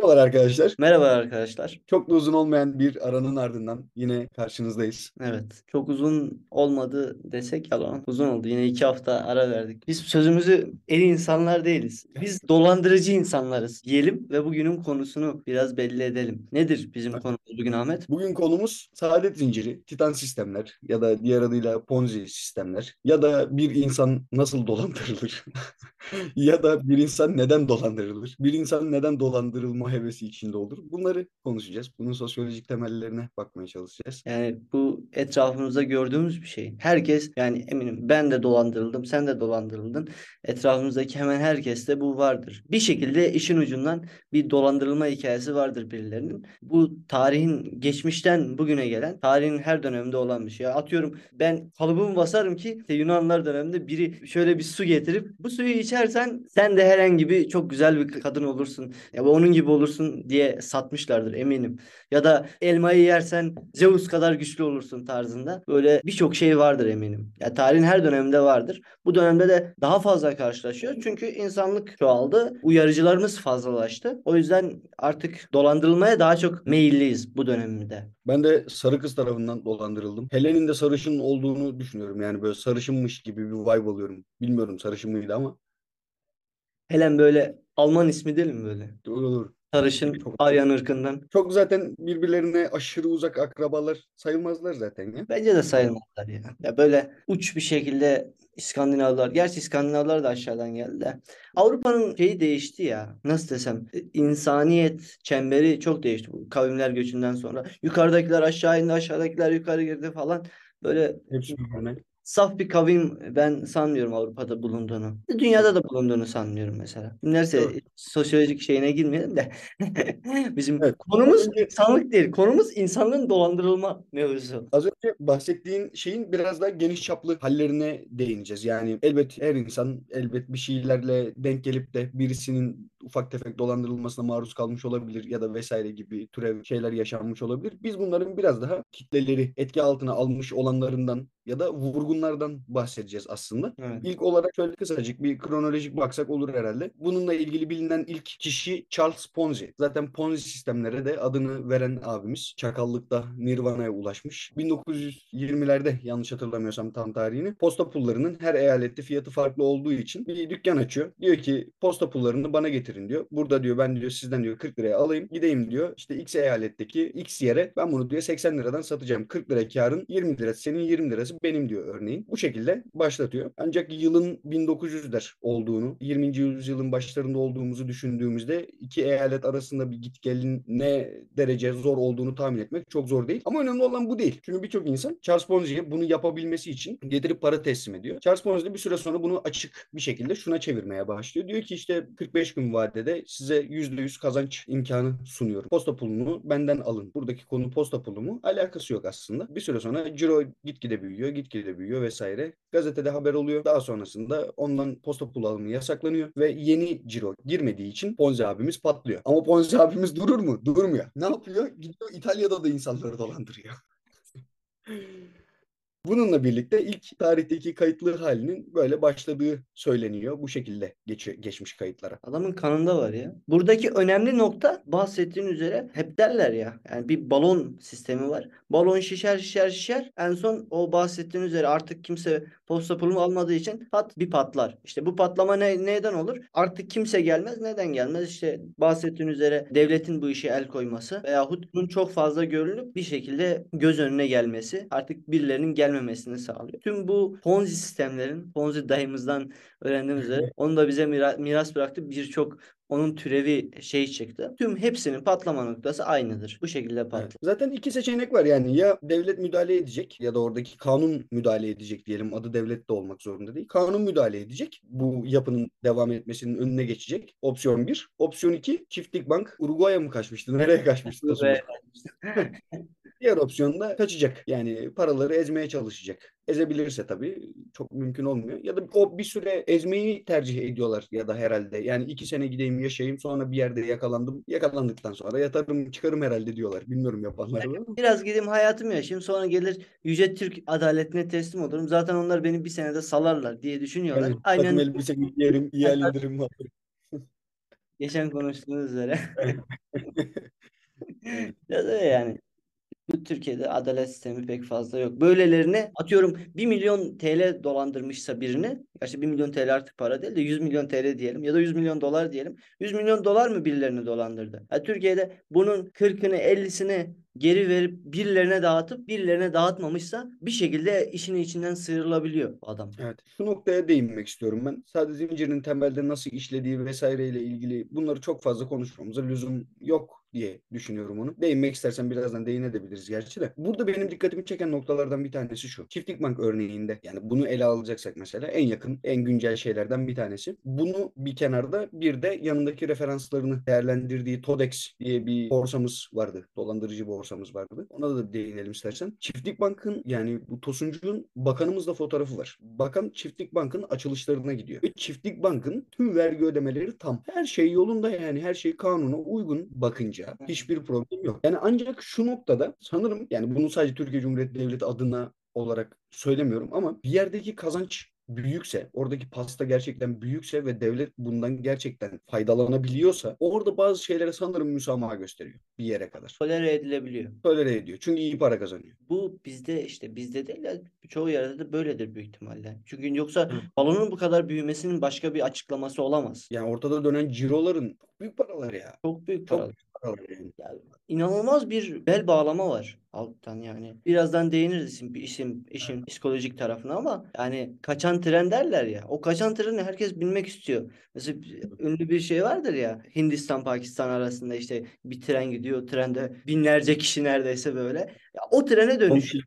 Merhabalar arkadaşlar. Merhaba arkadaşlar. Çok da uzun olmayan bir aranın ardından yine karşınızdayız. Evet, çok uzun olmadı desek yalan. Uzun oldu. Yine 2 hafta ara verdik. Biz sözümüzü eri insanlar değiliz. Biz dolandırıcı insanlarız diyelim ve bugünün konusunu biraz belli edelim. Nedir bizim konumuz bugün Ahmet? Bugün konumuz saadet zinciri, Titan sistemler ya da diğer adıyla Ponzi sistemler ya da bir insan nasıl dolandırılır ya da bir insan neden dolandırılır? Bir insan neden dolandırılma hevesi içinde olur? Bunları konuşacağız. Bunun sosyolojik temellerine bakmaya çalışacağız. Yani bu etrafımızda gördüğümüz bir şey. Herkes yani eminim ben de dolandırıldım, sen de dolandırıldın. Etrafımızdaki hemen herkeste bu vardır. Bir şekilde işin ucundan bir dolandırılma hikayesi vardır birilerinin. Bu tarihin geçmişten bugüne gelen, tarihin her döneminde olan bir şey. Atıyorum ben kalıbımı basarım ki işte Yunanlar döneminde biri şöyle bir su getirip bu suyu içersen sen de herhangi bir çok güzel bir kadın olursun. Ya onun gibi olursun diye satmışlardır eminim. Ya da elmayı yersen Zeus kadar güçlü olursun tarzında. Böyle birçok şey vardır eminim. Ya tarihin her döneminde vardır. Bu dönemde de daha fazla karşılaşıyor. Çünkü insanlık çoğaldı. Uyarıcılarımız fazlalaştı. O yüzden artık dolandırılmaya daha çok meyilliyiz bu dönemde. Ben de sarı kız tarafından dolandırıldım. Helen'in de sarışın olduğunu düşünüyorum. Yani böyle sarışınmış gibi bir vibe alıyorum. Bilmiyorum sarışın mıydı ama. Helen böyle Alman ismi değil mi böyle? Doğru doğru. Sarışın Çok Aryan ırkından. Çok zaten birbirlerine aşırı uzak akrabalar sayılmazlar zaten ya. Bence de Ama sayılmazlar ya. Ya böyle uç bir şekilde İskandinavlar, gerçi İskandinavlar da aşağıdan geldi de. Avrupa'nın şeyi değişti ya. Nasıl desem, insaniyet çemberi çok değişti bu kavimler göçünden sonra. Yukarıdakiler aşağı indi, aşağıdakiler yukarı girdi falan. Böyle hepsi birbirine. saf bir kavim ben sanmıyorum Avrupa'da bulunduğunu. Dünyada da bulunduğunu sanmıyorum mesela. Neyse Doğru. sosyolojik şeyine girmeyelim de. Bizim Evet. konumuz insanlık değil. Konumuz insanlığın dolandırılma mevzusu. Az önce bahsettiğin şeyin biraz daha geniş çaplı hallerine değineceğiz. Yani elbet her insan elbet bir şeylerle denk gelip de birisinin ufak tefek dolandırılmasına maruz kalmış olabilir ya da vesaire gibi türev şeyler yaşanmış olabilir. Biz bunların biraz daha kitleleri etki altına almış olanlarından ya da vurgunlardan bahsedeceğiz aslında. Evet. İlk olarak şöyle kısacık bir kronolojik baksak olur herhalde. Bununla ilgili bilinen ilk kişi Charles Ponzi. Zaten Ponzi sistemlere de adını veren abimiz. Çakallıkta Nirvana'ya ulaşmış. 1920'lerde yanlış hatırlamıyorsam tam tarihini. Posta pullarının her eyalette fiyatı farklı olduğu için bir dükkan açıyor. Diyor ki posta pullarını bana getirin diyor. Burada diyor ben diyor sizden diyor 40 liraya alayım. Gideyim diyor işte X eyaletteki X yere ben bunu diyor 80 liradan satacağım. 40 lira karın 20 lirası senin 20 lirası benim diyor örneğin. Bu şekilde başlatıyor. Ancak yılın 1900'ler olduğunu, 20. yüzyılın başlarında olduğumuzu düşündüğümüzde iki eyalet arasında bir git gelin ne derece zor olduğunu tahmin etmek çok zor değil. Ama önemli olan bu değil. Çünkü birçok insan Charles Ponzi'ye bunu yapabilmesi için getirip para teslim ediyor. Charles Ponzi de bir süre sonra bunu açık bir şekilde şuna çevirmeye başlıyor. Diyor ki işte 45 gün vadede size %100 kazanç imkanı sunuyorum. Posta pulunu benden alın. Buradaki konu posta pulu mu? Alakası yok aslında. Bir süre sonra ciro gitgide büyüyor, gitgide büyüyor vesaire. Gazetede haber oluyor. Daha sonrasında ondan posta pulu alımı yasaklanıyor ve yeni ciro girmediği için Ponzi abimiz patlıyor. Ama Ponzi abimiz durur mu? Durmuyor. Ne yapıyor? Gidiyor İtalya'da da insanları dolandırıyor. Bununla birlikte ilk tarihteki kayıtlı halinin böyle başladığı söyleniyor. Bu şekilde geçmiş kayıtlara. Adamın kanında var ya. Buradaki önemli nokta bahsettiğin üzere hep derler ya. Yani bir balon sistemi var. Balon şişer şişer şişer. En son o bahsettiğin üzere artık kimse posta pulunu almadığı için bir patlar. İşte bu patlama neden olur? Artık kimse gelmez. Neden gelmez? İşte bahsettiğin üzere devletin bu işe el koyması veyahut bunun çok fazla görülüp bir şekilde göz önüne gelmesi artık birilerinin gelmemesini sağlıyor. Tüm bu Ponzi sistemlerin, Ponzi dayımızdan öğrendiğimiz üzere onu da bize miras bıraktı. Birçok onun türevi şey çıktı. Tüm hepsinin patlama noktası aynıdır. Bu şekilde Evet. patlıyor. Zaten iki seçenek var yani ya devlet müdahale edecek ya da oradaki kanun müdahale edecek diyelim adı devlet de olmak zorunda değil. Kanun müdahale edecek bu yapının devam etmesinin önüne geçecek. Opsiyon bir. Opsiyon iki çiftlik bank Uruguay'a mı kaçmıştı? Nereye kaçmıştı nasıl Ve Diğer opsiyon da kaçacak. Yani paraları ezmeye çalışacak. Ezebilirse tabii çok mümkün olmuyor. Ya da o bir süre ezmeyi tercih ediyorlar ya da herhalde. Yani 2 sene gideyim yaşayayım sonra bir yerde yakalandım. Yakalandıktan sonra yatarım çıkarım herhalde diyorlar. Bilmiyorum yapanlar var ama. biraz gideyim hayatımı yaşayayım sonra gelir Yüce Türk adaletine teslim olurum. Zaten onlar beni bir senede salarlar diye düşünüyorlar. Yani takım Aynen. elbise giyerim, iyi hal indirim var. Geçen konuştuğumuz üzere. Evet. Ya da yani bu Türkiye'de adalet sistemi pek fazla yok. Böylelerine atıyorum 1 milyon TL dolandırmışsa birini, gerçi 1 milyon TL artık para değil de 100 milyon TL diyelim ya da 100 milyon dolar diyelim. 100 milyon dolar mı birilerini dolandırdı? Ha, Türkiye'de bunun 40'ını 50'sini geri verip birilerine dağıtıp birilerine dağıtmamışsa bir şekilde işin içinden sıyrılabiliyor bu adam. Evet. Şu noktaya değinmek istiyorum ben. Sadece zincirin temelde nasıl işlediği vesaireyle ilgili bunları çok fazla konuşmamıza lüzum yok diye düşünüyorum onu. Değinmek istersen birazdan değinebiliriz gerçi de. Burada benim dikkatimi çeken noktalardan bir tanesi şu. Çiftlik bank örneğinde yani bunu ele alacaksak mesela en yakın, en güncel şeylerden bir tanesi. Bunu bir kenarda bir de yanındaki referanslarını değerlendirdiği Todex diye bir borsamız vardı. Dolandırıcı borsamız vardı. Ona da değinelim istersen. Çiftlik Bank'ın yani bu Tosuncu'nun bakanımızla fotoğrafı var. Bakan Çiftlik Bank'ın açılışlarına gidiyor. Ve Çiftlik Bank'ın tüm vergi ödemeleri tam. Her şey yolunda yani her şey kanuna uygun bakınca hiçbir problem yok. Yani ancak şu noktada sanırım yani bunu sadece Türkiye Cumhuriyeti Devleti adına olarak söylemiyorum ama bir yerdeki kazanç büyükse, oradaki pasta gerçekten büyükse ve devlet bundan gerçekten faydalanabiliyorsa orada bazı şeylere sanırım müsamaha gösteriyor bir yere kadar. Tolere edilebiliyor. Tolere ediyor. Çünkü iyi para kazanıyor. Bu bizde işte bizde değil de çoğu yerde de böyledir büyük ihtimalle. Çünkü yoksa Evet. balonun bu kadar büyümesinin başka bir açıklaması olamaz. Yani ortada dönen ciroların çok büyük paralar ya. Çok büyük Çok para. büyük paralar yani. Ya, inanılmaz bir bel bağlama var alttan yani. Birazdan değiniriz işin psikolojik tarafına ama yani kaçan tren derler ya. O kaçan treni herkes binmek istiyor. Mesela ünlü bir şey vardır ya. Hindistan Pakistan arasında işte bir tren gidiyor. Trende binlerce kişi neredeyse böyle. Ya, o trene dönüş.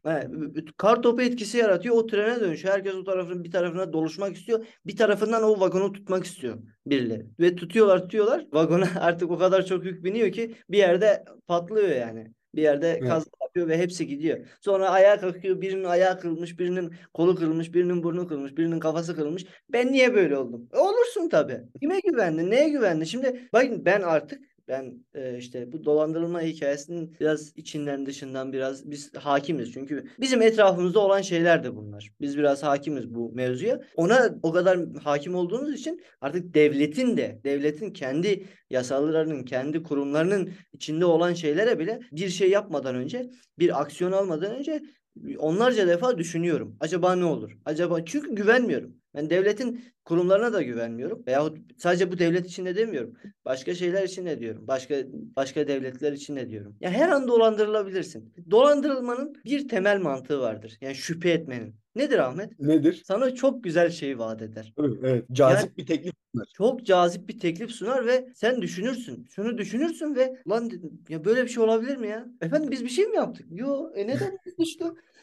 Kar topu etkisi yaratıyor. O trene dönüşüyor. Herkes o tarafın bir tarafına doluşmak istiyor. Bir tarafından o vagonu tutmak istiyor birileri. Ve tutuyorlar. Vagona artık o kadar çok yük biniyor ki bir yerde patlıyor yani. Bir yerde Evet. kaza yapıyor ve hepsi gidiyor. Sonra ayağa kalkıyor. Birinin ayağı kırılmış, birinin kolu kırılmış, birinin burnu kırılmış, birinin kafası kırılmış. Ben niye böyle oldum? Olursun tabii. Kime güvendin? Neye güvendin? Şimdi bakın ben işte bu dolandırılma hikayesinin biraz içinden dışından biraz biz hakimiz. Çünkü bizim etrafımızda olan şeyler de bunlar. Biz biraz hakimiz bu mevzuya. Ona o kadar hakim olduğumuz için artık devletin kendi yasalarının, kendi kurumlarının içinde olan şeylere bile bir şey yapmadan önce, bir aksiyon almadan önce onlarca defa düşünüyorum. Acaba ne olur? Acaba çünkü güvenmiyorum. Ben devletin kurumlarına da güvenmiyorum. Veyahut sadece bu devlet için de demiyorum. Başka şeyler için de diyorum. Başka devletler için de diyorum. Ya her an dolandırılabilirsin. Dolandırılmanın bir temel mantığı vardır. Yani şüphe etmenin. Nedir Ahmet? Nedir? Sana çok güzel şey vaat eder. Evet, evet. Yani Cazip bir teklif bunlar. çok cazip bir teklif sunar ve sen düşünürsün. Şunu düşünürsün ve lan dedim, ya böyle bir şey olabilir mi ya? Efendim biz bir şey mi yaptık? Yo, neden işte?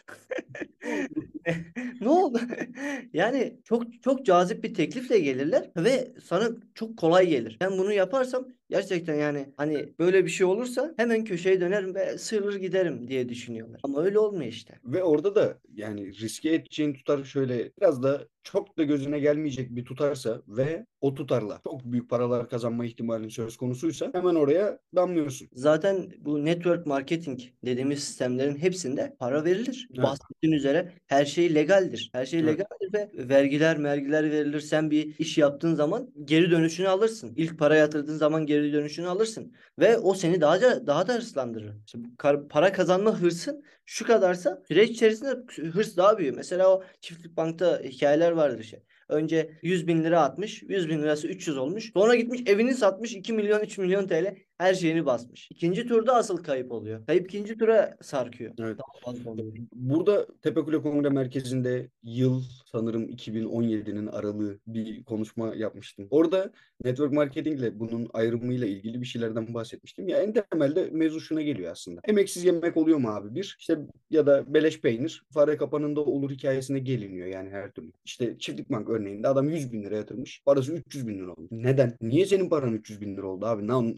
Ne oldu? Yani çok çok cazip bir teklifle gelirler ve sana çok kolay gelir. Ben bunu yaparsam gerçekten yani hani böyle bir şey olursa hemen köşeye dönerim ve sırılır giderim diye düşünüyorlar. Ama öyle olmuyor işte. Ve orada da yani riske edeceğin tutar şöyle biraz da çok da gözüne gelmeyecek bir tutarsa ve o tutarla çok büyük paralar kazanma ihtimalin söz konusuysa hemen oraya damlıyorsun. Zaten bu network marketing dediğimiz sistemlerin hepsinde para verilir. Evet, Bahsettiğin üzere her şey legaldir. Her şey evet. legaldir ve vergiler verilir. Sen bir iş yaptığın zaman geri dönüşünü alırsın. İlk para yatırdığın zaman geri dönüşünü alırsın. Ve o seni daha da hırslandırır. İşte bu para kazanma hırsın şu kadarsa süreç içerisinde hırs daha büyüyor. Mesela o çiftlik bankta hikayeler vardır işte. Önce 100 bin lira atmış. 100 bin lirası 300 olmuş. Sonra gitmiş evini satmış 2 milyon 3 milyon TL her şeyini basmış. İkinci turda asıl kayıp oluyor. Kayıp ikinci tura sarkıyor. Evet. Daha fazla oluyor. Burada Tepekule Kongre Merkezi'nde yıl sanırım 2017'nin aralığı bir konuşma yapmıştım. Orada network marketingle bunun ayrımıyla ilgili bir şeylerden bahsetmiştim. Ya en temelde mevzu şuna geliyor aslında. Emeksiz yemek oluyor mu abi bir? İşte ya da beleş peynir fare kapanında olur hikayesine geliniyor yani her türlü. İşte Çiftlik Bank örneğinde adam 100 bin lira yatırmış. Parası 300 bin lira olmuş. Neden? Niye senin paran 300 bin lira oldu abi? Hani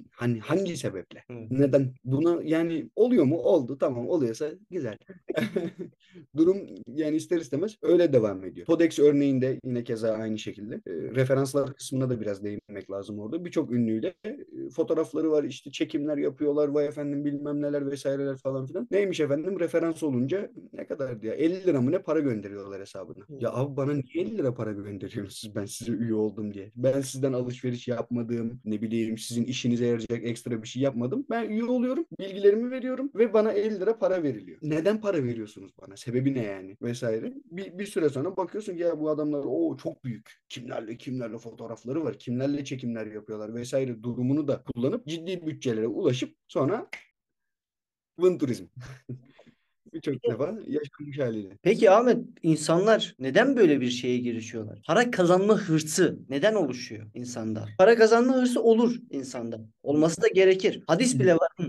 Hangi sebeple? Hı. Neden? Buna yani oluyor mu? Oldu. Tamam, oluyorsa güzel. Durum yani ister istemez öyle devam ediyor. Codex örneğinde yine keza aynı şekilde. Referanslar kısmına da biraz değinmek lazım orada. Birçok ünlüyle fotoğrafları var, işte çekimler yapıyorlar, vay efendim bilmem neler vesaireler falan filan. Neymiş efendim, referans olunca ne kadar diye 50 lira mı ne para gönderiyorlar hesabına. Ya Hı. abi, bana niye 50 lira para gönderiyorsunuz siz, ben size üye oldum diye? Ben sizden alışveriş yapmadım, ne bileyim sizin işinize yarayacak ekstra bir şey yapmadım. Ben üye oluyorum, bilgilerimi veriyorum ve bana 50 lira para veriliyor. Neden para veriyorsunuz bana? Sebebi ne yani? Vesaire. Bir süre sonra bakıyorsun ki ya bu adamlar o çok büyük. Kimlerle kimlerle fotoğrafları var. Kimlerle çekimler yapıyorlar vesaire durumunu da kullanıp ciddi bütçelere ulaşıp sonra Vın Turizm. Birçok defa yaşanmış haliyle. Peki Ahmet, insanlar neden böyle bir şeye girişiyorlar? Para kazanma hırsı neden oluşuyor insanda? Para kazanma hırsı olur insanda. Olması da gerekir. Hadis bile var.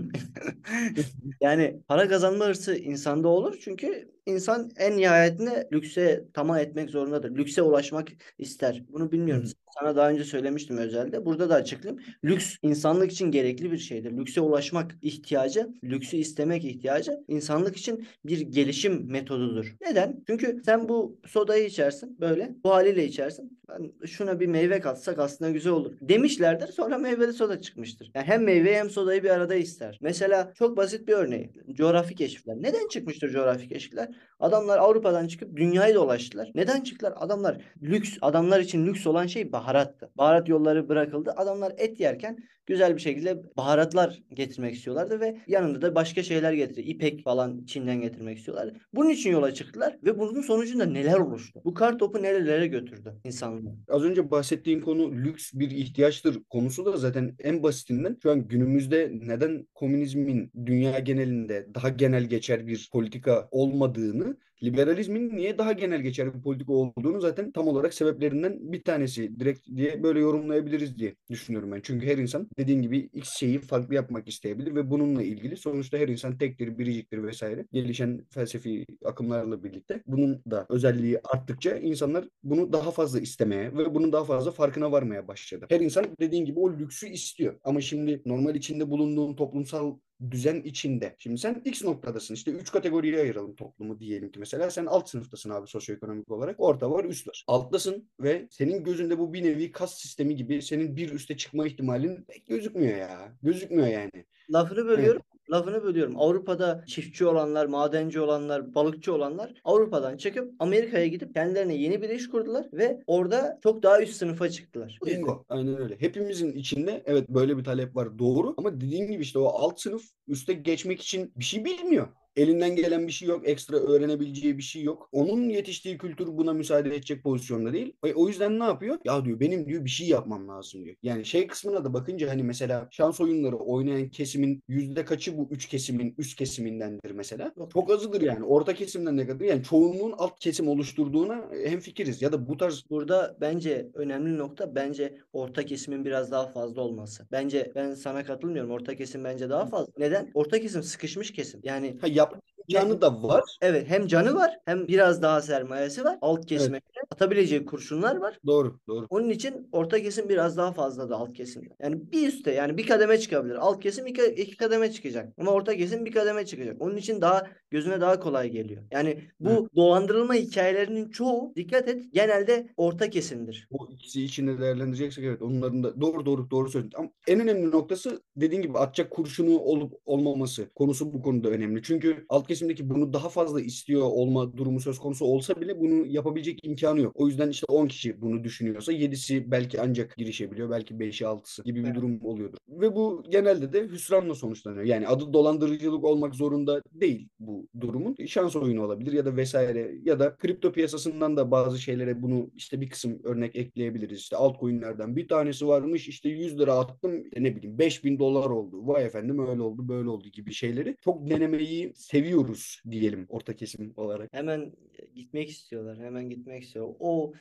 Yani para kazanma hırsı insanda olur çünkü insan en nihayetinde lükse tamah etmek zorundadır. Lükse ulaşmak ister. Bunu bilmiyorum. Sana daha önce söylemiştim özelde. Burada da açıklayayım. Lüks insanlık için gerekli bir şeydir. Lükse ulaşmak ihtiyacı, lüksü istemek ihtiyacı insanlık için bir gelişim metodudur. Neden? Çünkü sen bu sodayı içersin böyle. Bu haliyle içersin. Ben şuna bir meyve katsak aslında güzel olur demişlerdir. Sonra meyveli soda çıkmıştır. Yani hem meyve hem sodayı bir arada ister. Mesela çok basit bir örneği. Coğrafi keşifler. Neden çıkmıştır coğrafi keşifler? Adamlar Avrupa'dan çıkıp dünyayı dolaştılar. Neden çıktılar? Adamlar lüks, adamlar için lüks olan şey baharattı. Baharat yolları bırakıldı. Adamlar et yerken güzel bir şekilde baharatlar getirmek istiyorlardı ve yanında da başka şeyler getiriyor. İpek falan Çin'den getirmek istiyorlardı. Bunun için yola çıktılar ve bunun sonucunda neler oluştu? Bu kar topu nerelere götürdü insanlığı? Az önce bahsettiğin konu lüks bir ihtiyaçtır konusu da zaten en basitinden şu an günümüzde neden komünizmin dünya genelinde daha genel geçer bir politika olmadığını, liberalizmin niye daha genel geçer bir politika olduğunu zaten tam olarak sebeplerinden bir tanesi direkt diye böyle yorumlayabiliriz diye düşünüyorum ben. Çünkü her insan dediğin gibi X şeyi farklı yapmak isteyebilir ve bununla ilgili sonuçta her insan tektir, biriciktir vesaire. Gelişen felsefi akımlarla birlikte bunun da özelliği arttıkça insanlar bunu daha fazla istemeye ve bunun daha fazla farkına varmaya başladı. Her insan dediğin gibi o lüksü istiyor. Ama şimdi normal içinde bulunduğun toplumsal düzen içinde. Şimdi sen X noktadasın. İşte 3 kategoriye ayıralım toplumu diyelim ki mesela. Sen alt sınıftasın abi sosyoekonomik olarak. Orta var, üst var. Alttasın ve senin gözünde bu bir nevi kas sistemi gibi senin bir üste çıkma ihtimalin pek gözükmüyor ya. Gözükmüyor yani. Lafını Evet. bölüyorum. Lafını bölüyorum. Avrupa'da çiftçi olanlar, madenci olanlar, balıkçı olanlar Avrupa'dan çıkıp Amerika'ya gidip kendilerine yeni bir iş kurdular ve orada çok daha üst sınıfa çıktılar. Bu yüzden. Bingo. Aynen öyle. Hepimizin içinde evet böyle bir talep var. Doğru. Ama dediğin gibi işte o alt sınıf üste geçmek için bir şey bilmiyor. Elinden gelen bir şey yok. Ekstra öğrenebileceği bir şey yok. Onun yetiştiği kültür buna müsaade edecek pozisyonda değil. O yüzden ne yapıyor? Ya diyor benim diyor bir şey yapmam lazım diyor. Yani şey kısmına da bakınca hani mesela şans oyunları oynayan kesimin yüzde kaçı bu üç kesimin üst kesimindendir mesela? Çok Çok azıdır yani. Orta kesimden ne kadar? Yani çoğunluğun alt kesim oluşturduğuna hemfikiriz. Ya da bu tarz Burada bence önemli nokta bence orta kesimin biraz daha fazla olması. Bence ben sana katılmıyorum. Orta kesim bence daha fazla. Neden? Orta kesim sıkışmış kesim. Yani yapma ne, imkanı da var. evet hem canı var hem biraz daha sermayesi var. Alt Evet, kesime göre atabileceği kurşunlar var. doğru, doğru. Onun için orta kesim biraz daha fazla da alt kesimde. Yani bir üstte yani bir kademe çıkabilir. Alt kesim iki kademe çıkacak. Ama orta kesim bir kademe çıkacak. Onun için daha gözüne daha kolay geliyor. Yani Evet. bu dolandırılma hikayelerinin çoğu dikkat et genelde orta kesimdir. Bu ikisi içinde değerlendireceksek evet onların da doğru doğru doğru söyledin. Ama en önemli noktası dediğin gibi atacak kurşunu olup olmaması konusu bu konuda önemli. Çünkü alt kesimdeki bunu daha fazla istiyor olma durumu söz konusu olsa bile bunu yapabilecek imkanı yok. O yüzden işte 10 kişi bunu düşünüyorsa 7'si belki ancak girişebiliyor. Belki 5'i 6'sı gibi bir Evet. durum oluyordur. Ve bu genelde de hüsranla sonuçlanıyor. Yani adı dolandırıcılık olmak zorunda değil bu durumun. Şans oyunu olabilir ya da vesaire ya da kripto piyasasından da bazı şeylere bunu işte bir kısım örnek ekleyebiliriz. İşte altcoin'lerden bir tanesi varmış işte 100 lira attım işte ne bileyim 5.000 dolar oldu. Vay efendim öyle oldu böyle oldu gibi şeyleri çok denemeyi seviyoruz diyelim orta kesim olarak. Hemen gitmek istiyorlar. Hemen gitmek istiyor. O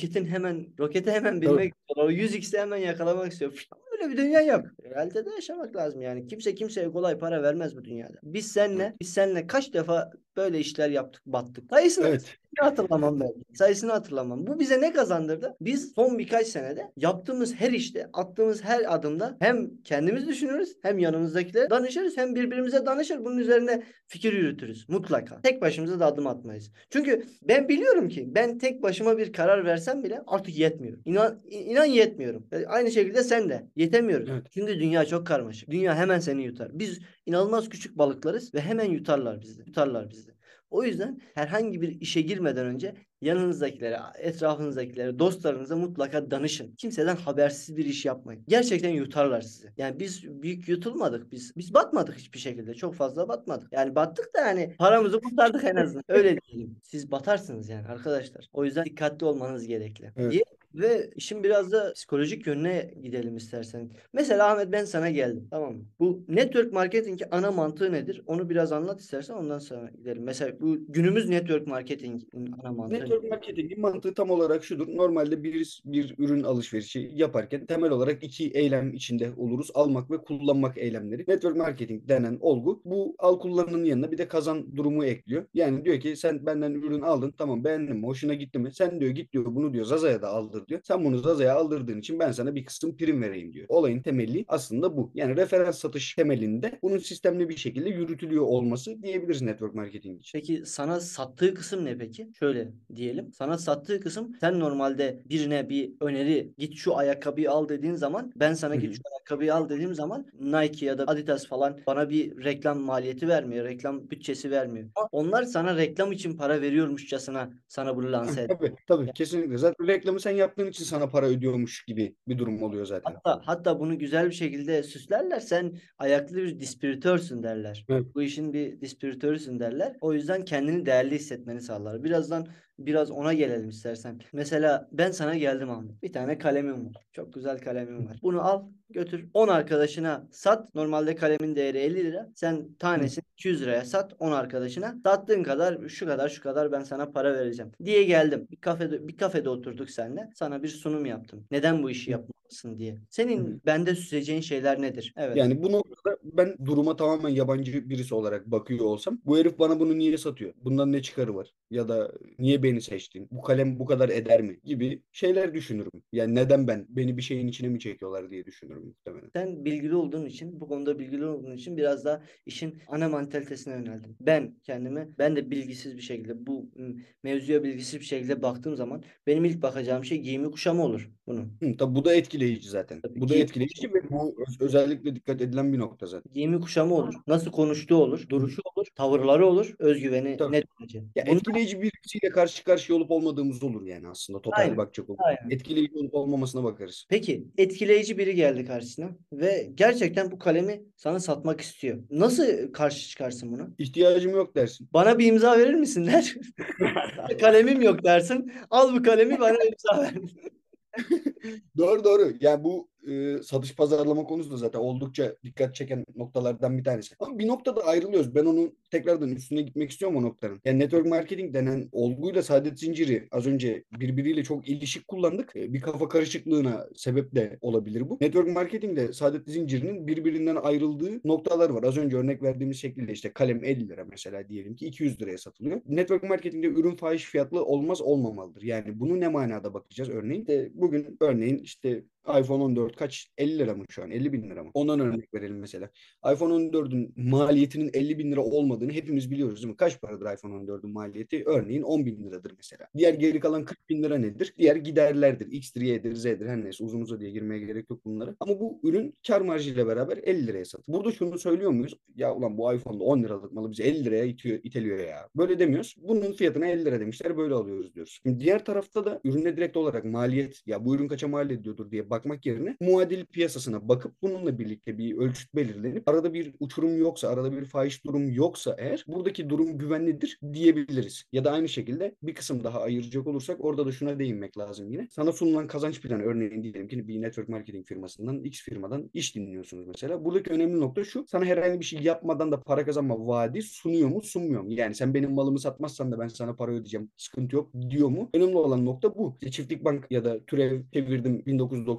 rokete hemen Tabii. binmek istiyorlar. O 100x'i hemen yakalamak istiyor. Öyle bir dünya yok. Realde de yaşamak lazım yani. Kimse kimseye kolay para vermez bu dünyada. Biz Evet. senle kaç defa böyle işler yaptık, battık. Sayısını Evet. hatırlamam belki. Sayısını hatırlamam. Bu bize ne kazandırdı? Biz son birkaç senede yaptığımız her işte, attığımız her adımda hem kendimiz düşünürüz, hem yanımızdakilere danışırız, hem birbirimize danışır. Bunun üzerine fikir yürütürüz. Mutlaka. Tek başımıza da adım atmayız. Çünkü ben biliyorum ki ben tek başıma bir karar versem bile artık yetmiyor. İnan yetmiyorum. Aynı şekilde sen de. Yetemiyoruz. Evet. Şimdi dünya çok karmaşık. Dünya hemen seni yutar. Biz inanılmaz küçük balıklarız ve hemen yutarlar bizi. Yutarlar bizi. O yüzden herhangi bir işe girmeden önce yanınızdakilere, etrafınızdakilere, dostlarınıza mutlaka danışın. Kimseden habersiz bir iş yapmayın. Gerçekten yutarlar sizi. Yani biz büyük yutulmadık. Biz batmadık hiçbir şekilde. Çok fazla batmadık. Yani battık da yani paramızı kurtardık en azından. Öyle diyelim. Siz batarsınız yani arkadaşlar. O yüzden dikkatli olmanız gerekli. Evet. Diye ve işin biraz da psikolojik yönüne gidelim istersen. Mesela Ahmet, ben sana geldim. Tamam mı? Bu network marketingin ana mantığı nedir? Onu biraz anlat istersen, ondan sonra gidelim. Mesela bu günümüz network marketingin ana mantığı ne? Network marketingin mantığı tam olarak şudur. Normalde bir ürün alışverişi yaparken temel olarak iki eylem içinde oluruz. Almak ve kullanmak eylemleri. Network marketing denen olgu bu al kullanının yanına bir de kazan durumu ekliyor. Yani diyor ki sen benden ürün aldın. Tamam, beğendin mi? Hoşuna gitti mi? Sen diyor git diyor bunu diyor Zaza'ya da aldır diyor. Sen bunu Zaza'ya aldırdığın için ben sana bir kısım prim vereyim diyor. Olayın temeli aslında bu. Yani referans satış temelinde bunun sistemli bir şekilde yürütülüyor olması diyebiliriz network marketing için. Peki sana sattığı kısım ne peki? Şöyle diyelim. Sana sattığı kısım, sen normalde birine bir öneri, git şu ayakkabıyı al dediğin zaman, ben sana Hı git hı. şu ayakkabıyı al dediğim zaman Nike ya da Adidas falan bana bir reklam maliyeti vermiyor. Reklam bütçesi vermiyor. Ama onlar sana reklam için para veriyormuşçasına sana bunu Heh, lanse et. tabii tabii kesinlikle. Zaten reklamı sen yaptığın için sana para ödüyormuş gibi bir durum oluyor zaten. Hatta bunu güzel bir şekilde süslerler. Sen ayaklı bir distribütörsün derler. Evet. Bu işin bir distribütörsün derler. O yüzden kendini değerli hissetmeni sağlar. Biraz ona gelelim istersen. Mesela ben sana geldim Ahmet. Bir tane kalemim var. Çok güzel kalemim var. Bunu al, götür 10 arkadaşına sat. Normalde kalemin değeri 50 lira. Sen Hı. tanesini 200 liraya sat 10 arkadaşına. Sattığın kadar şu kadar ben sana para vereceğim diye geldim. Bir kafede oturduk seninle. Sana bir sunum yaptım. Neden bu işi Hı. yapmalısın diye. Hı. Senin bende süzeceğin şeyler nedir? Evet. Yani bu noktada ben duruma tamamen yabancı birisi olarak bakıyor olsam bu herif bana bunu niye satıyor? Bundan ne çıkarı var? Ya da niye beni seçtin? Bu kalem bu kadar eder mi? Gibi şeyler düşünürüm. Yani neden beni bir şeyin içine mi çekiyorlar diye düşünürüm muhtemelen. Sen bilgili olduğun için, bu konuda bilgili olduğun için biraz daha işin ana mantalitesine yöneldim. Ben de bilgisiz bir şekilde mevzuya bilgisiz bir şekilde baktığım zaman benim ilk bakacağım şey giyimi kuşamı olur bunun. Hı, tabii bu da etkileyici zaten. Tabii Bu da giyimi etkileyici ve bu özellikle dikkat edilen bir nokta zaten. Giyimi kuşamı olur. Nasıl konuştuğu olur. Hı. Duruşu olur. Tavırları olur. Özgüveni Tabii. ne derece. Ya Bunlar etkileyici birisiyle karşı karşıya olup olmadığımız olur yani aslında total aynen. bakacak olur. Aynen. Etkileyici olup olmamasına bakarız. Peki etkileyici biri geldi karşısına ve gerçekten bu kalemi sana satmak istiyor. Nasıl karşı çıkarsın buna? İhtiyacım yok dersin. Bana bir imza verir misin der. Kalemim yok dersin. Al bu kalemi, bana imza ver. Doğru doğru. Yani bu satış pazarlama konusu da zaten oldukça dikkat çeken noktalardan bir tanesi. Ama bir noktada ayrılıyoruz. Ben onun tekrardan üstüne gitmek istiyorum o noktanın. Yani network marketing denen olguyla saadet zinciri az önce birbiriyle çok ilişik kullandık. Bir kafa karışıklığına sebep de olabilir bu. Network marketingde saadet zincirinin birbirinden ayrıldığı noktalar var. Az önce örnek verdiğimiz şekilde işte kalem 50 lira mesela diyelim ki 200 liraya satılıyor. Network marketingde ürün fahiş fiyatlı olmaz olmamalıdır. Yani bunu ne manada bakacağız örneğin? Bugün örneğin işte iPhone 14 kaç? 50 lira mı şu an? 50 bin lira mı? Ondan örnek verelim mesela. iPhone 14'ün maliyetinin 50 bin lira olmadığını hepimiz biliyoruz değil mi? Kaç paradır iPhone 14'ün maliyeti? Örneğin 10 bin liradır mesela. Diğer geri kalan 40 bin lira nedir? Diğer giderlerdir. X'tir, Y'dir, Z'dir. Her neyse uzun uza diye girmeye gerek yok bunlara. Ama bu ürün kar marjıyla beraber 50 liraya satılıyor. Burada şunu söylüyor muyuz? Ya ulan bu iPhone'da 10 liralık malı bize 50 liraya iteliyor ya. Böyle demiyoruz. Bunun fiyatına 50 lira demişler. Böyle alıyoruz diyoruz. Şimdi diğer tarafta da ürüne direkt olarak maliyet ya bu ürün kaça mal ediyordur diye bakmak yerine muadil piyasasına bakıp bununla birlikte bir ölçüt belirlenip arada bir uçurum yoksa, arada bir fahiş durum yoksa eğer buradaki durum güvenlidir diyebiliriz. Ya da aynı şekilde bir kısım daha ayıracak olursak orada da şuna değinmek lazım yine. Sana sunulan kazanç planı örneğin diyelim ki bir network marketing firmasından X firmadan iş dinliyorsunuz mesela. Buradaki önemli nokta şu. Sana herhangi bir şey yapmadan da para kazanma vaadi sunuyor mu, sunmuyor mu? Yani sen benim malımı satmazsan da ben sana para ödeyeceğim. Sıkıntı yok diyor mu? Önemli olan nokta bu. İşte Çiftlik Bank ya da Türev çevirdim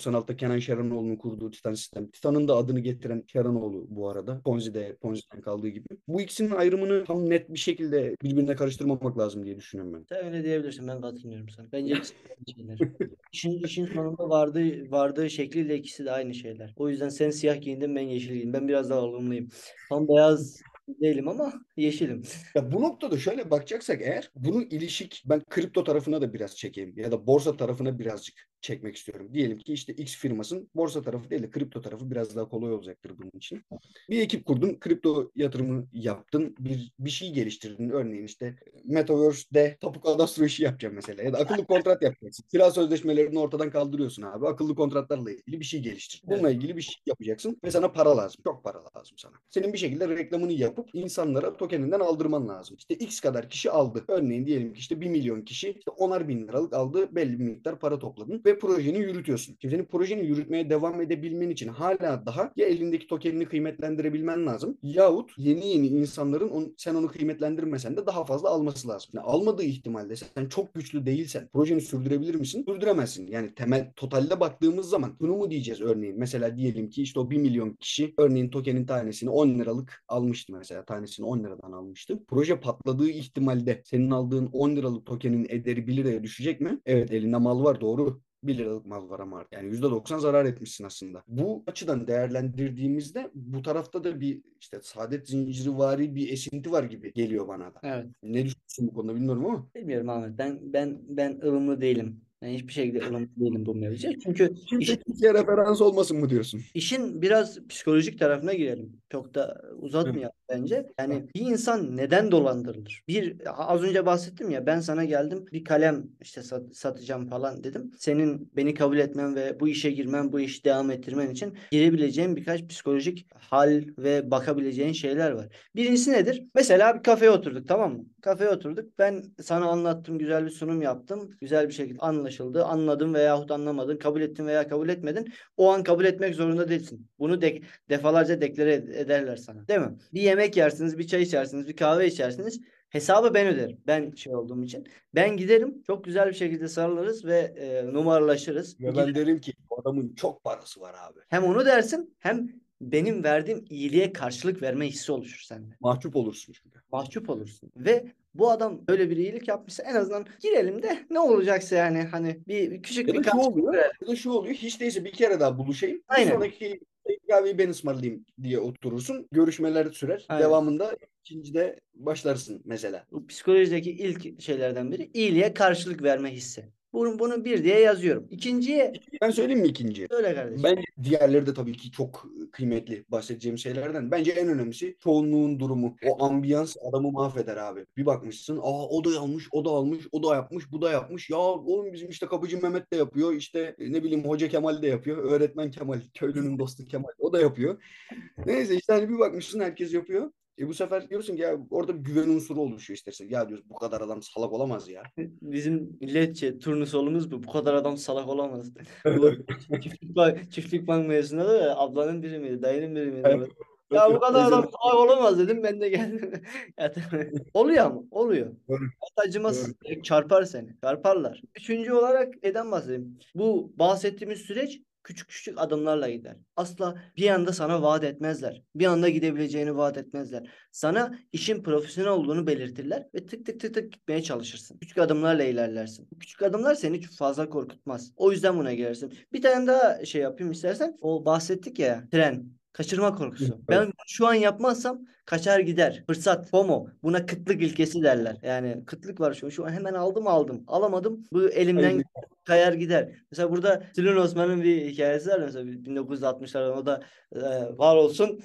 1996'da Kenan Şeranoğlu'nun kurduğu Titan sistem. Titan'ın da adını getiren Şeranoğlu bu arada. Ponzi'den kaldığı gibi. Bu ikisinin ayrımını tam net bir şekilde birbirine karıştırmamak lazım diye düşünüyorum ben. Sen öyle diyebilirsin. Ben katılmıyorum sana. Bence ikisi de aynı şeyler. İşin sonunda vardığı şekliyle ikisi de aynı şeyler. O yüzden sen siyah giyindin, ben yeşil giyindim. Ben biraz daha ılımlıyım. Tam beyaz değilim ama yeşilim. Ya bu noktada şöyle bakacaksak eğer bunun ilişik ben kripto tarafına da biraz çekeyim ya da borsa tarafına birazcık çekmek istiyorum. Diyelim ki işte X firmasının borsa tarafı değil de kripto tarafı biraz daha kolay olacaktır bunun için. Bir ekip kurdun, kripto yatırımı yaptın, bir şey geliştirdin. Örneğin işte Metaverse'de tapu kadastro işi yapacağım mesela ya da akıllı kontrat yapacaksın. Kira sözleşmelerini ortadan kaldırıyorsun abi. Akıllı kontratlarla ilgili bir şey geliştir. Evet. Bununla ilgili bir şey yapacaksın ve sana para lazım. Çok para lazım sana. Senin bir şekilde reklamını yapıp insanlara tokeninden aldırman lazım. İşte X kadar kişi aldı. Örneğin diyelim ki işte 1 milyon kişi işte 10'ar bin liralık aldı. Belli bir miktar para topladın ve projeni yürütüyorsun. Şimdi senin projeni yürütmeye devam edebilmen için hala daha ya elindeki tokenini kıymetlendirebilmen lazım yahut yeni insanların sen onu kıymetlendirmesen de daha fazla alması lazım. Yani almadığı ihtimalde sen çok güçlü değilsen projeni sürdürebilir misin? Sürdüremezsin. Yani temel totalde baktığımız zaman bunu mu diyeceğiz örneğin? Mesela diyelim ki işte o 1 milyon kişi örneğin tokenin tanesini 10 liralık almıştı mesela. Tanesini 10 liradan almıştı. Proje patladığı ihtimalde senin aldığın 10 liralık tokenin ederi 1 liraya düşecek mi? Evet, elinde mal var, doğru. 1 liralık mal var ama yani %90 zarar etmişsin aslında. Bu açıdan değerlendirdiğimizde bu tarafta da bir işte saadet zincirivari bir esinti var gibi geliyor bana da. Evet. Ne düşünüyorsun bu konuda bilmiyorum ama. Bilmiyorum Ahmet. Ben ılımlı değilim. Ben hiçbir şekilde ılımlı değilim bu mevzuya. Çünkü Kimse kimseye referans olmasın mı diyorsun? İşin biraz psikolojik tarafına girelim. Çok da Hı. uzatmayalım bence. Yani bir insan neden dolandırılır? Az önce bahsettim ya, ben sana geldim bir kalem işte satacağım falan dedim. Senin beni kabul etmen ve bu işe girmen, bu işi devam ettirmen için girebileceğin birkaç psikolojik hal ve bakabileceğin şeyler var. Birincisi nedir? Mesela bir kafeye oturduk, tamam mı? Kafeye oturduk. Ben sana anlattım, güzel bir sunum yaptım. Güzel bir şekilde anlaşıldı. Anladın veyahut anlamadın. Kabul ettin veya kabul etmedin. O an kabul etmek zorunda değilsin. Bunu defalarca deklare ederler sana. Değil mi? Bir yemek yersiniz, bir çay içersiniz, bir kahve içersiniz. Hesabı ben öderim. Ben şey olduğum için. Ben giderim. Çok güzel bir şekilde sarılırız ve numaralaşırız. Ve ben derim ki bu adamın çok parası var abi. Hem onu dersin hem benim verdiğim iyiliğe karşılık verme hissi oluşur sende. Mahcup olursun çünkü. Mahcup olursun. Ve bu adam böyle bir iyilik yapmışsa en azından girelim de ne olacaksa, yani hani bir küçük Ya bir da şu karşılık oluyor, verelim. ya da şu oluyor. Hiç değilse bir kere daha buluşayım. Bir Aynen. sonraki kahveyi ben ısmarlayayım diye oturursun. Görüşmeler sürer. Aynen. Devamında ikincide başlarsın mesela. Bu psikolojideki ilk şeylerden biri iyiliğe karşılık verme hissi. Bunu bir diye yazıyorum. İkinciye Ben söyleyeyim mi ikinci? söyle kardeşim. Bence diğerleri de tabii ki çok kıymetli bahsedeceğim şeylerden. Bence en önemlisi çoğunluğun durumu. O ambiyans adamı mahveder abi. Bir bakmışsın, o da almış, o da almış, o da yapmış, bu da yapmış. Ya oğlum bizim işte kapıcı Mehmet de yapıyor. İşte ne bileyim Hoca Kemal de yapıyor. Öğretmen Kemal, köylünün dostu Kemal o da yapıyor. Neyse işte hani bir bakmışsın herkes yapıyor. Bu sefer diyorsun ki ya orada bir güven unsuru oluşuyor istersen. Ya diyorsun bu kadar adam salak olamaz ya. Bizim milletçe turnusolumuz bu. Bu kadar adam salak olamaz. Bu çiftlik bank mevzusunda da ablanın biri miydi, dayının biri miydi? Ya bu kadar adam Teyzeler. salak olamaz dedim, ben de geldim. Ya, tabii. Oluyor ama oluyor. Doğru, Hayat doğru. acımasız. Direkt çarpar seni. Çarparlar. Üçüncü olarak neden bahsedeyim? Bu bahsettiğimiz süreç küçük küçük adımlarla gider. Asla bir anda sana vaat etmezler. Bir anda gidebileceğini vaat etmezler. Sana işin profesyonel olduğunu belirtirler ve tık tık tık tık gitmeye çalışırsın. Küçük adımlarla ilerlersin. Bu küçük adımlar seni çok fazla korkutmaz. O yüzden buna girersin. Bir tane daha şey yapayım istersen. O bahsettik ya, tren. Kaçırma korkusu. Ben Evet. bunu şu an yapmazsam kaçar gider. Fırsat, FOMO. Buna kıtlık ilkesi derler. Yani kıtlık var şu an hemen aldım. Alamadım. Bu elimden Hayırlı. kayar gider. Mesela burada Sülün Osman'ın bir hikayesi var mesela 1960'larda, o da var olsun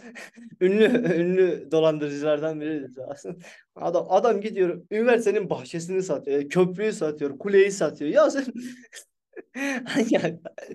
ünlü dolandırıcılardan biri aslında. Adam gidiyor üniversitenin bahçesini satıyor, köprüyü satıyor, kuleyi satıyor. Ya sen ya,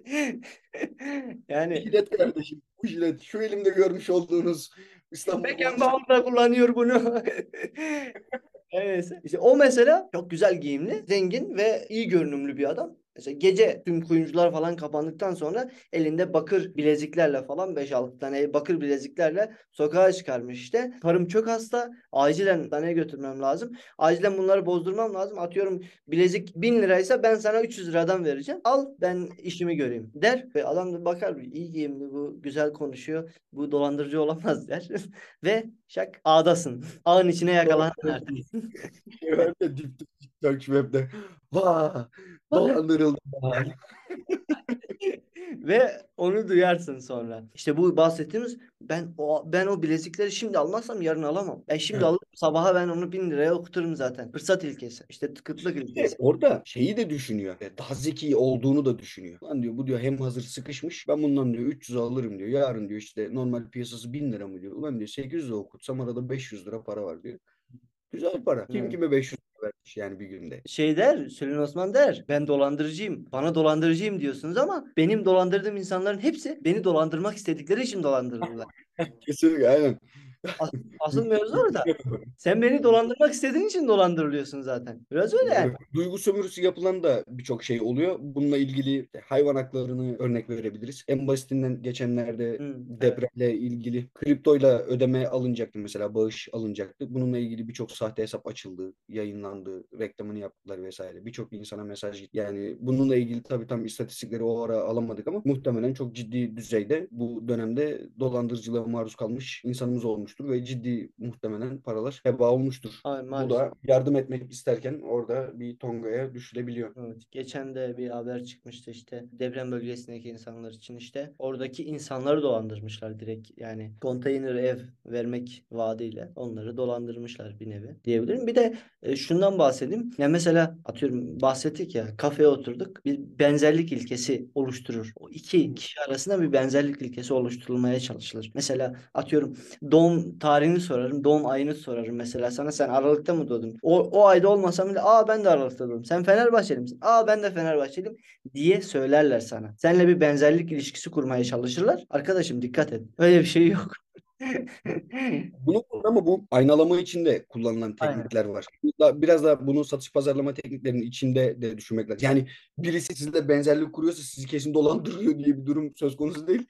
Bu yani jilet kardeşim. Bu jilet. Şu elimde görmüş olduğunuz İstanbul bahçesi. Beckenbauer da kullanıyor bunu. Neyse. İşte o mesela çok güzel giyimli, zengin ve iyi görünümlü bir adam. Mesela gece tüm kuyumcular falan kapandıktan sonra elinde bakır bileziklerle falan 5-6 tane bakır bileziklerle sokağa çıkarmış işte. Karım çok hasta. Acilen hastaneye götürmem lazım. Acilen bunları bozdurmam lazım. Atıyorum bilezik 1.000 liraysa ben sana 300 liradan vereceğim. Al ben işimi göreyim der. Ve adam da bakar iyi giyimli bu güzel konuşuyor. Bu dolandırıcı olamaz der. Ve şak ağdasın. Ağın içine yakalandın artık. Şey var ya dip dip TikTok web'de. Vaa dolandırıldım ben. Ve onu duyarsın sonra. İşte bu bahsettiğimiz ben o bilezikleri şimdi almazsam yarın alamam. Şimdi Evet. alıp sabaha ben onu 1.000 liraya okuturum zaten. Fırsat ilkesi. İşte kıtlık ilkesi. Orada şeyi de düşünüyor. Daha zeki olduğunu da düşünüyor. Lan diyor bu diyor hem hazır sıkışmış. Ben bundan diyor 300 alırım diyor. Yarın diyor işte normal piyasası 1000 lira mı diyor. Ulan diyor 800 de okutsam arada 500 lira para var diyor. Güzel para. Kim Hı. kime 500 lira vermiş yani bir günde. Şey der, Süleyman Osman der, ben dolandırıcıyım. Bana dolandırıcıyım diyorsunuz ama benim dolandırdığım insanların hepsi beni dolandırmak istedikleri için dolandırırlar. Kesinlikle aynen. As- Asıl mevzu orada. Sen beni dolandırmak istediğin için dolandırılıyorsun zaten. Biraz öyle yani. Evet. Duygu sömürüsü yapılan da birçok şey oluyor. Bununla ilgili işte hayvan haklarını örnek verebiliriz. En basitinden geçenlerde Hı, evet. depremle ilgili kriptoyla ödeme alınacaktı mesela bağış alınacaktı. Bununla ilgili birçok sahte hesap açıldı, yayınlandı, reklamını yaptılar vesaire. Birçok insana mesaj gitti. Yani bununla ilgili tabii tam istatistikleri o ara alamadık ama muhtemelen çok ciddi düzeyde bu dönemde dolandırıcılığa maruz kalmış insanımız olmuştur ve ciddi muhtemelen paralar heba olmuştur. Ay, Bu maalesef. da yardım etmek isterken orada bir tongaya düşülebiliyor. Evet. Geçen de bir haber çıkmıştı işte deprem bölgesindeki insanlar için işte oradaki insanları dolandırmışlar direkt yani konteyner ev vermek vaadiyle onları dolandırmışlar bir nevi diyebilirim. Bir de şundan bahsedeyim. Ya mesela atıyorum bahsettik ya kafeye oturduk bir benzerlik ilkesi oluşturur. O iki kişi arasında bir benzerlik ilkesi oluşturulmaya çalışılır. Mesela atıyorum doğum tarihini sorarım, doğum ayını sorarım mesela sana sen Aralık'ta mı doğdun? O ayda olmasam bile ben de Aralık'ta doğdum. Sen Fenerbahçeli misin? Ben de Fenerbahçeliyim diye söylerler sana. Seninle bir benzerlik ilişkisi kurmaya çalışırlar. Arkadaşım dikkat et. Öyle bir şey yok. Bunu ama bu aynalama için de kullanılan Aynen. teknikler var. Biraz da bunu satış pazarlama tekniklerinin içinde de düşünmek lazım. Yani birisi sizle benzerlik kuruyorsa sizi kesin dolandırıyor diye bir durum söz konusu değil.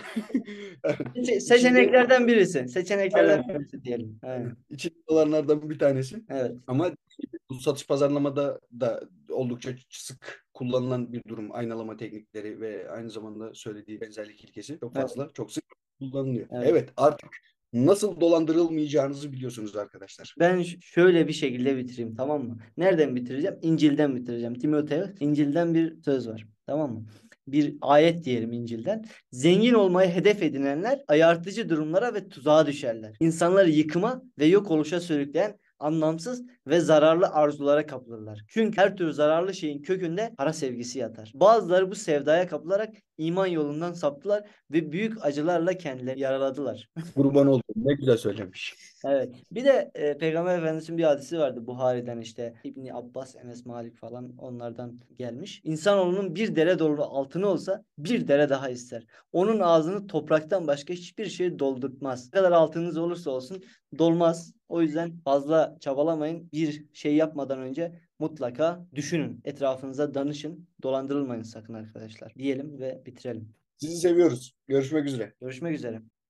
İçinde Seçeneklerden birisi. Seçeneklerden aynen, birisi diyelim. Aynen. içinde olanlardan bir tanesi. Evet. Ama bu satış pazarlamada da oldukça sık kullanılan bir durum. Aynalama teknikleri ve aynı zamanda söylediği benzerlik ilkesi çok Evet. fazla, çok sık kullanılıyor. Evet. Evet, artık nasıl dolandırılmayacağınızı biliyorsunuz arkadaşlar. Ben şöyle bir şekilde bitireyim tamam mı? Nereden bitireceğim? İncil'den bitireceğim. Timoteus İncil'den bir söz var. Tamam mı? Bir ayet diyelim İncil'den. Zengin olmayı hedef edinenler ayartıcı durumlara ve tuzağa düşerler. İnsanları yıkıma ve yok oluşa sürükleyen anlamsız ve zararlı arzulara kapılırlar. Çünkü her türlü zararlı şeyin kökünde para sevgisi yatar. Bazıları bu sevdaya kapılarak iman yolundan saptılar ve büyük acılarla kendilerini yaraladılar. Kurban oldum. Ne güzel söylemiş. Evet. Bir de Peygamber Efendimiz'in bir hadisi vardı Buhari'den işte İbni Abbas, Enes Malik falan onlardan gelmiş. İnsanoğlunun bir dere dolu altını olsa bir dere daha ister. Onun ağzını topraktan başka hiçbir şey doldurtmaz. Ne kadar altınız olursa olsun dolmaz. O yüzden fazla çabalamayın. Bir şey yapmadan önce mutlaka düşünün. Etrafınıza danışın. Dolandırılmayın sakın arkadaşlar. Diyelim ve bitirelim. Sizi seviyoruz. Görüşmek üzere. Görüşmek üzere.